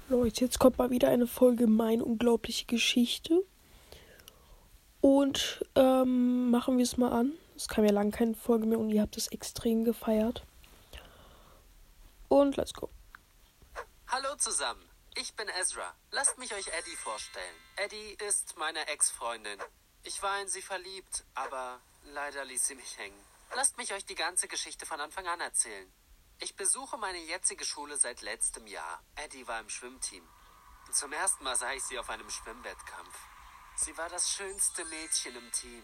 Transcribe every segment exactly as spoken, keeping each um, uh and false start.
Leute, jetzt kommt mal wieder eine Folge Meine unglaubliche Geschichte. Und ähm, machen wir es mal an. Es kam ja lange keine Folge mehr und ihr habt es extrem gefeiert. Und let's go. Hallo zusammen, ich bin Ezra. Lasst mich euch Eddie vorstellen. Eddie ist meine Ex-Freundin. Ich war in sie verliebt, aber leider ließ sie mich hängen. Lasst mich euch die ganze Geschichte von Anfang an erzählen. Ich besuche meine jetzige Schule seit letztem Jahr. Eddie war im Schwimmteam. Zum ersten Mal sah ich sie auf einem Schwimmwettkampf. Sie war das schönste Mädchen im Team.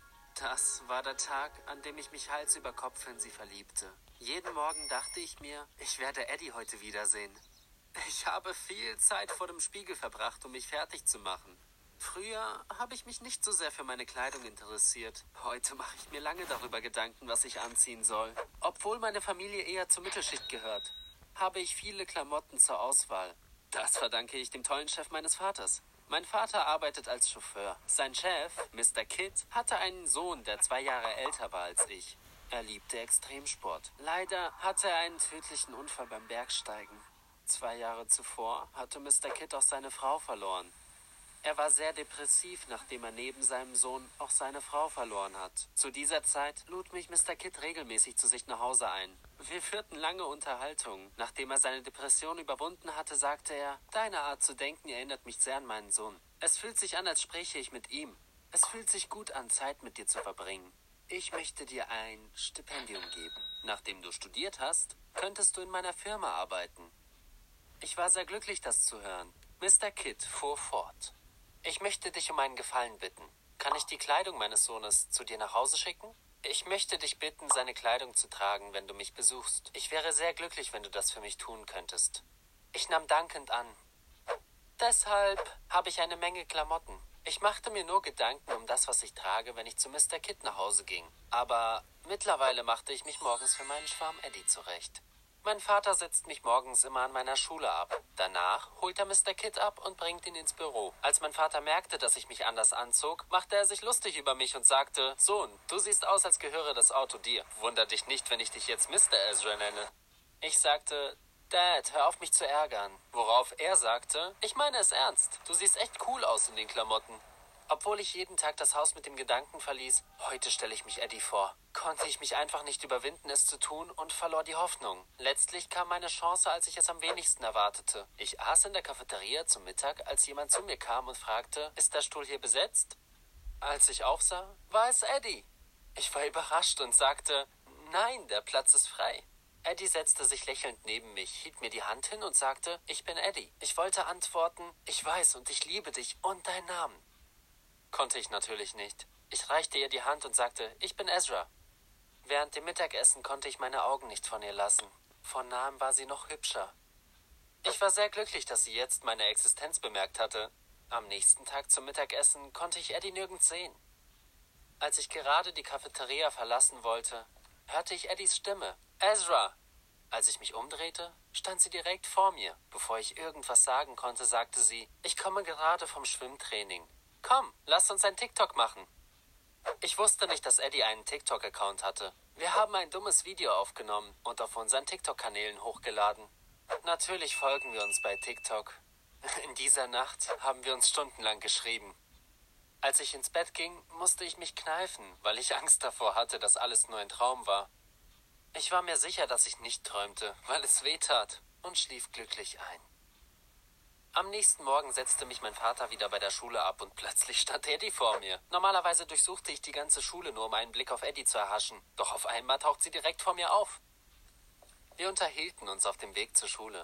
Das war der Tag, an dem ich mich Hals über Kopf in sie verliebte. Jeden Morgen dachte ich mir, ich werde Eddie heute wiedersehen. Ich habe viel Zeit vor dem Spiegel verbracht, um mich fertig zu machen. Früher habe ich mich nicht so sehr für meine Kleidung interessiert. Heute mache ich mir lange darüber Gedanken, was ich anziehen soll. Obwohl meine Familie eher zur Mittelschicht gehört, habe ich viele Klamotten zur Auswahl. Das verdanke ich dem tollen Chef meines Vaters. Mein Vater arbeitet als Chauffeur. Sein Chef, Mister Kidd, hatte einen Sohn, der zwei Jahre älter war als ich. Er liebte Extremsport. Leider hatte er einen tödlichen Unfall beim Bergsteigen. Zwei Jahre zuvor hatte Mister Kidd auch seine Frau verloren. Er war sehr depressiv, nachdem er neben seinem Sohn auch seine Frau verloren hat. Zu dieser Zeit lud mich Mister Kidd regelmäßig zu sich nach Hause ein. Wir führten lange Unterhaltungen. Nachdem er seine Depression überwunden hatte, sagte er, deine Art zu denken erinnert mich sehr an meinen Sohn. Es fühlt sich an, als spräche ich mit ihm. Es fühlt sich gut an, Zeit mit dir zu verbringen. Ich möchte dir ein Stipendium geben. Nachdem du studiert hast, könntest du in meiner Firma arbeiten. Ich war sehr glücklich, das zu hören. Mister Kidd fuhr fort. Ich möchte dich um einen Gefallen bitten. Kann ich die Kleidung meines Sohnes zu dir nach Hause schicken? Ich möchte dich bitten, seine Kleidung zu tragen, wenn du mich besuchst. Ich wäre sehr glücklich, wenn du das für mich tun könntest. Ich nahm dankend an. Deshalb habe ich eine Menge Klamotten. Ich machte mir nur Gedanken um das, was ich trage, wenn ich zu Mister Kidd nach Hause ging. Aber mittlerweile machte ich mich morgens für meinen Schwarm Eddie zurecht. Mein Vater setzt mich morgens immer an meiner Schule ab. Danach holt er Mister Kidd ab und bringt ihn ins Büro. Als mein Vater merkte, dass ich mich anders anzog, machte er sich lustig über mich und sagte, Sohn, du siehst aus, als gehöre das Auto dir. Wunder dich nicht, wenn ich dich jetzt Mister Ezra nenne. Ich sagte, Dad, hör auf mich zu ärgern. Worauf er sagte, ich meine es ernst. Du siehst echt cool aus in den Klamotten. Obwohl ich jeden Tag das Haus mit dem Gedanken verließ, heute stelle ich mich Eddie vor, konnte ich mich einfach nicht überwinden, es zu tun und verlor die Hoffnung. Letztlich kam meine Chance, als ich es am wenigsten erwartete. Ich aß in der Cafeteria zum Mittag, als jemand zu mir kam und fragte, ist der Stuhl hier besetzt? Als ich aufsah, war es Eddie. Ich war überrascht und sagte, nein, der Platz ist frei. Eddie setzte sich lächelnd neben mich, hielt mir die Hand hin und sagte, ich bin Eddie. Ich wollte antworten, ich weiß und ich liebe dich und deinen Namen. Konnte ich natürlich nicht. Ich reichte ihr die Hand und sagte, ich bin Ezra. Während dem Mittagessen konnte ich meine Augen nicht von ihr lassen. Von nahem war sie noch hübscher. Ich war sehr glücklich, dass sie jetzt meine Existenz bemerkt hatte. Am nächsten Tag zum Mittagessen konnte ich Eddie nirgends sehen. Als ich gerade die Cafeteria verlassen wollte, hörte ich Eddies Stimme. Ezra! Als ich mich umdrehte, stand sie direkt vor mir. Bevor ich irgendwas sagen konnte, sagte sie, ich komme gerade vom Schwimmtraining. Komm, lass uns ein TikTok machen. Ich wusste nicht, dass Eddie einen TikTok-Account hatte. Wir haben ein dummes Video aufgenommen und auf unseren TikTok-Kanälen hochgeladen. Natürlich folgen wir uns bei TikTok. In dieser Nacht haben wir uns stundenlang geschrieben. Als ich ins Bett ging, musste ich mich kneifen, weil ich Angst davor hatte, dass alles nur ein Traum war. Ich war mir sicher, dass ich nicht träumte, weil es weh tat, und schlief glücklich ein. Am nächsten Morgen setzte mich mein Vater wieder bei der Schule ab und plötzlich stand Eddie vor mir. Normalerweise durchsuchte ich die ganze Schule nur, um einen Blick auf Eddie zu erhaschen. Doch auf einmal taucht sie direkt vor mir auf. Wir unterhielten uns auf dem Weg zur Schule.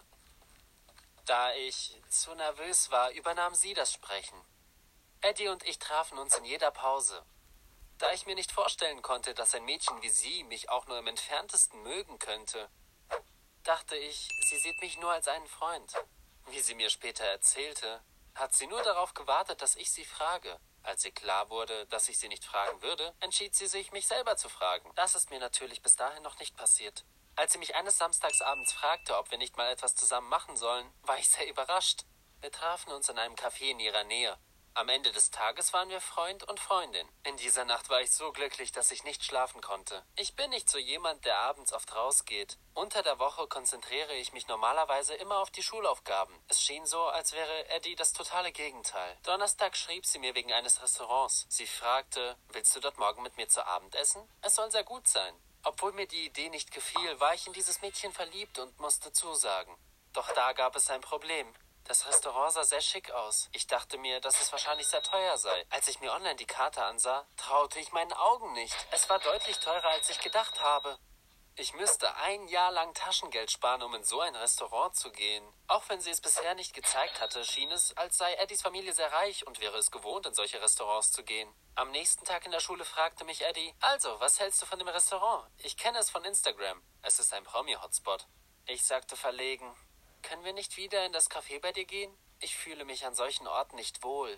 Da ich zu nervös war, übernahm sie das Sprechen. Eddie und ich trafen uns in jeder Pause. Da ich mir nicht vorstellen konnte, dass ein Mädchen wie sie mich auch nur im entferntesten mögen könnte, dachte ich, sie sieht mich nur als einen Freund. Wie sie mir später erzählte, hat sie nur darauf gewartet, dass ich sie frage. Als ihr klar wurde, dass ich sie nicht fragen würde, entschied sie sich, mich selber zu fragen. Das ist mir natürlich bis dahin noch nicht passiert. Als sie mich eines Samstagsabends fragte, ob wir nicht mal etwas zusammen machen sollen, war ich sehr überrascht. Wir trafen uns in einem Café in ihrer Nähe. Am Ende des Tages waren wir Freund und Freundin. In dieser Nacht war ich so glücklich, dass ich nicht schlafen konnte. Ich bin nicht so jemand, der abends oft rausgeht. Unter der Woche konzentriere ich mich normalerweise immer auf die Schulaufgaben. Es schien so, als wäre Eddie das totale Gegenteil. Donnerstag schrieb sie mir wegen eines Restaurants. Sie fragte, willst du dort morgen mit mir zu Abend essen? Es soll sehr gut sein. Obwohl mir die Idee nicht gefiel, war ich in dieses Mädchen verliebt und musste zusagen. Doch da gab es ein Problem. Das Restaurant sah sehr schick aus. Ich dachte mir, dass es wahrscheinlich sehr teuer sei. Als ich mir online die Karte ansah, traute ich meinen Augen nicht. Es war deutlich teurer, als ich gedacht habe. Ich müsste ein Jahr lang Taschengeld sparen, um in so ein Restaurant zu gehen. Auch wenn sie es bisher nicht gezeigt hatte, schien es, als sei Eddies Familie sehr reich und wäre es gewohnt, in solche Restaurants zu gehen. Am nächsten Tag in der Schule fragte mich Eddie, also, was hältst du von dem Restaurant? Ich kenne es von Instagram. Es ist ein Promi-Hotspot. Ich sagte verlegen, können wir nicht wieder in das Café bei dir gehen? Ich fühle mich an solchen Orten nicht wohl.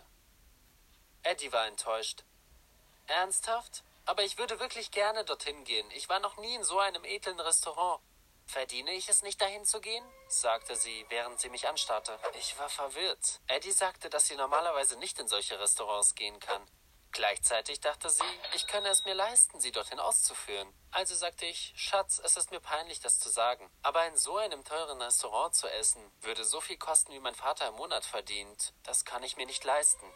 Eddie war enttäuscht. Ernsthaft? Aber ich würde wirklich gerne dorthin gehen. Ich war noch nie in so einem edlen Restaurant. Verdiene ich es nicht, dahin zu gehen? Sagte sie, während sie mich anstarrte. Ich war verwirrt. Eddie sagte, dass sie normalerweise nicht in solche Restaurants gehen kann. Gleichzeitig dachte sie, ich könne es mir leisten, sie dorthin auszuführen. Also sagte ich, Schatz, es ist mir peinlich, das zu sagen. Aber in so einem teuren Restaurant zu essen, würde so viel kosten, wie mein Vater im Monat verdient. Das kann ich mir nicht leisten.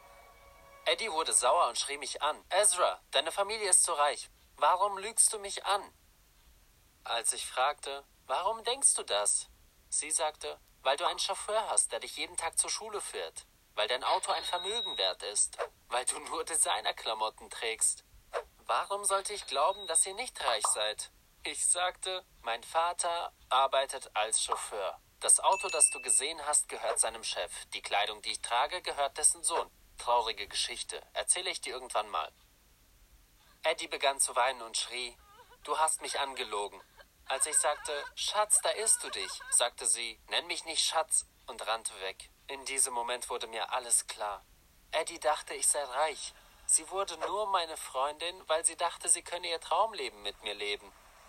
Eddie wurde sauer und schrie mich an. Ezra, deine Familie ist so reich. Warum lügst du mich an? Als ich fragte, warum denkst du das? Sie sagte, weil du einen Chauffeur hast, der dich jeden Tag zur Schule führt. Weil dein Auto ein Vermögen wert ist. Weil du nur Designerklamotten trägst. Warum sollte ich glauben, dass ihr nicht reich seid? Ich sagte, mein Vater arbeitet als Chauffeur. Das Auto, das du gesehen hast, gehört seinem Chef. Die Kleidung, die ich trage, gehört dessen Sohn. Traurige Geschichte. Erzähle ich dir irgendwann mal. Eddie begann zu weinen und schrie, du hast mich angelogen. Als ich sagte, Schatz, da irrst du dich, sagte sie, nenn mich nicht Schatz, und rannte weg. In diesem Moment wurde mir alles klar. Eddie dachte, ich sei reich. Sie wurde nur meine Freundin, weil sie dachte, sie könne ihr Traumleben mit mir leben.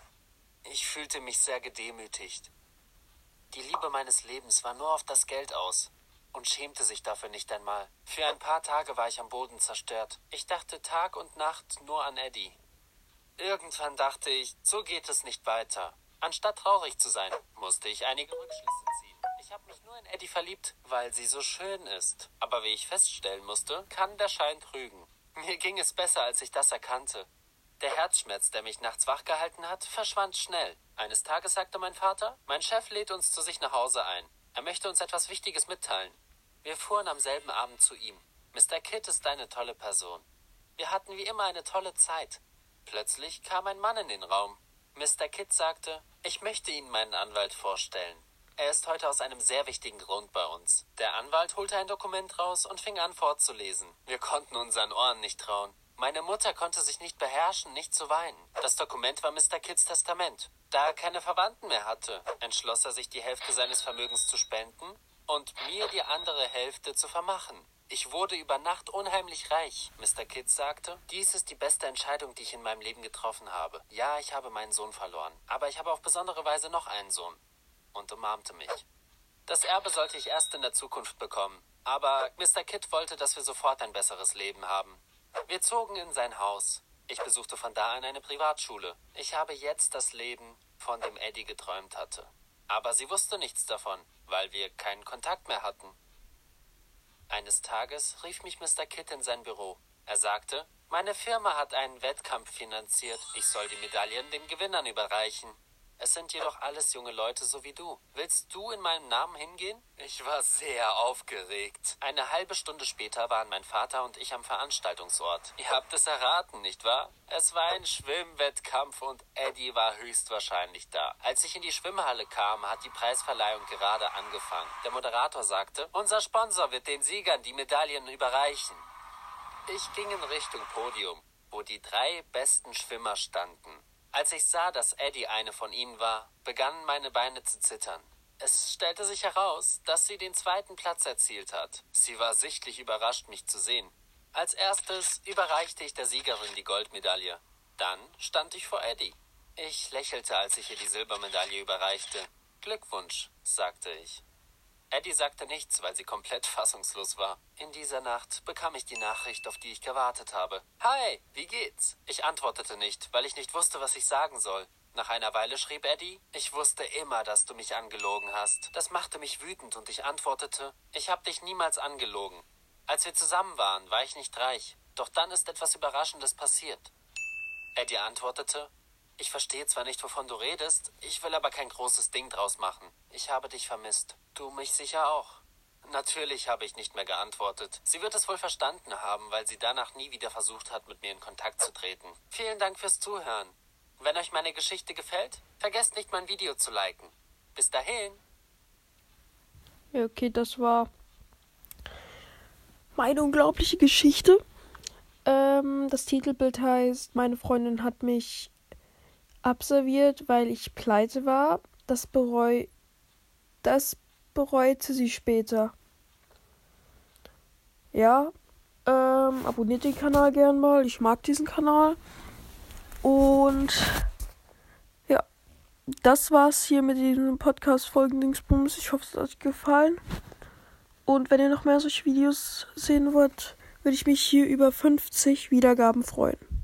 Ich fühlte mich sehr gedemütigt. Die Liebe meines Lebens war nur auf das Geld aus und schämte sich dafür nicht einmal. Für ein paar Tage war ich am Boden zerstört. Ich dachte Tag und Nacht nur an Eddie. Irgendwann dachte ich, so geht es nicht weiter. Anstatt traurig zu sein, musste ich einige Rückschlüsse ziehen. Ich habe mich nur in Eddie verliebt, weil sie so schön ist. Aber wie ich feststellen musste, kann der Schein trügen. Mir ging es besser, als ich das erkannte. Der Herzschmerz, der mich nachts wachgehalten hat, verschwand schnell. Eines Tages sagte mein Vater, mein Chef lädt uns zu sich nach Hause ein. Er möchte uns etwas Wichtiges mitteilen. Wir fuhren am selben Abend zu ihm. Mister Kidd ist eine tolle Person. Wir hatten wie immer eine tolle Zeit. Plötzlich kam ein Mann in den Raum. Mister Kidd sagte, ich möchte Ihnen meinen Anwalt vorstellen. Er ist heute aus einem sehr wichtigen Grund bei uns. Der Anwalt holte ein Dokument raus und fing an vorzulesen. Wir konnten unseren Ohren nicht trauen. Meine Mutter konnte sich nicht beherrschen, nicht zu weinen. Das Dokument war Mister Kidds Testament. Da er keine Verwandten mehr hatte, entschloss er sich, die Hälfte seines Vermögens zu spenden und mir die andere Hälfte zu vermachen. Ich wurde über Nacht unheimlich reich. Mister Kidd sagte, dies ist die beste Entscheidung, die ich in meinem Leben getroffen habe. Ja, ich habe meinen Sohn verloren, aber ich habe auf besondere Weise noch einen Sohn. Und umarmte mich. Das Erbe sollte ich erst in der Zukunft bekommen, aber Mister Kidd wollte, dass wir sofort ein besseres Leben haben. Wir zogen in sein Haus. Ich besuchte von da an eine Privatschule. Ich habe jetzt das Leben, von dem Eddie geträumt hatte. Aber sie wusste nichts davon, weil wir keinen Kontakt mehr hatten. Eines Tages rief mich Mister Kidd in sein Büro. Er sagte, meine Firma hat einen Wettkampf finanziert. Ich soll die Medaillen den Gewinnern überreichen. Es sind jedoch alles junge Leute so wie du. Willst du in meinem Namen hingehen? Ich war sehr aufgeregt. Eine halbe Stunde später waren mein Vater und ich am Veranstaltungsort. Ihr habt es erraten, nicht wahr? Es war ein Schwimmwettkampf und Eddie war höchstwahrscheinlich da. Als ich in die Schwimmhalle kam, hat die Preisverleihung gerade angefangen. Der Moderator sagte, unser Sponsor wird den Siegern die Medaillen überreichen. Ich ging in Richtung Podium, wo die drei besten Schwimmer standen. Als ich sah, dass Eddie eine von ihnen war, begannen meine Beine zu zittern. Es stellte sich heraus, dass sie den zweiten Platz erzielt hat. Sie war sichtlich überrascht, mich zu sehen. Als erstes überreichte ich der Siegerin die Goldmedaille. Dann stand ich vor Eddie. Ich lächelte, als ich ihr die Silbermedaille überreichte. Glückwunsch, sagte ich. Eddie sagte nichts, weil sie komplett fassungslos war. In dieser Nacht bekam ich die Nachricht, auf die ich gewartet habe. Hi, wie geht's? Ich antwortete nicht, weil ich nicht wusste, was ich sagen soll. Nach einer Weile schrieb Eddie, ich wusste immer, dass du mich angelogen hast. Das machte mich wütend und ich antwortete, ich habe dich niemals angelogen. Als wir zusammen waren, war ich nicht reich. Doch dann ist etwas Überraschendes passiert. Eddie antwortete, ich verstehe zwar nicht, wovon du redest, ich will aber kein großes Ding draus machen. Ich habe dich vermisst. Du mich sicher auch. Natürlich habe ich nicht mehr geantwortet. Sie wird es wohl verstanden haben, weil sie danach nie wieder versucht hat, mit mir in Kontakt zu treten. Vielen Dank fürs Zuhören. Wenn euch meine Geschichte gefällt, vergesst nicht, mein Video zu liken. Bis dahin. Ja, okay, das war meine unglaubliche Geschichte. Ähm, das Titelbild heißt, meine Freundin hat mich abserviert, weil ich pleite war. Das bereu, das bereute sie später. Ja, ähm, abonniert den Kanal gern mal. Ich mag diesen Kanal. Und ja, das war's hier mit diesem Podcast-Folgen-Dingsbums. Ich hoffe, es hat euch gefallen. Und wenn ihr noch mehr solche Videos sehen wollt, würde ich mich hier über fünfzig Wiedergaben freuen.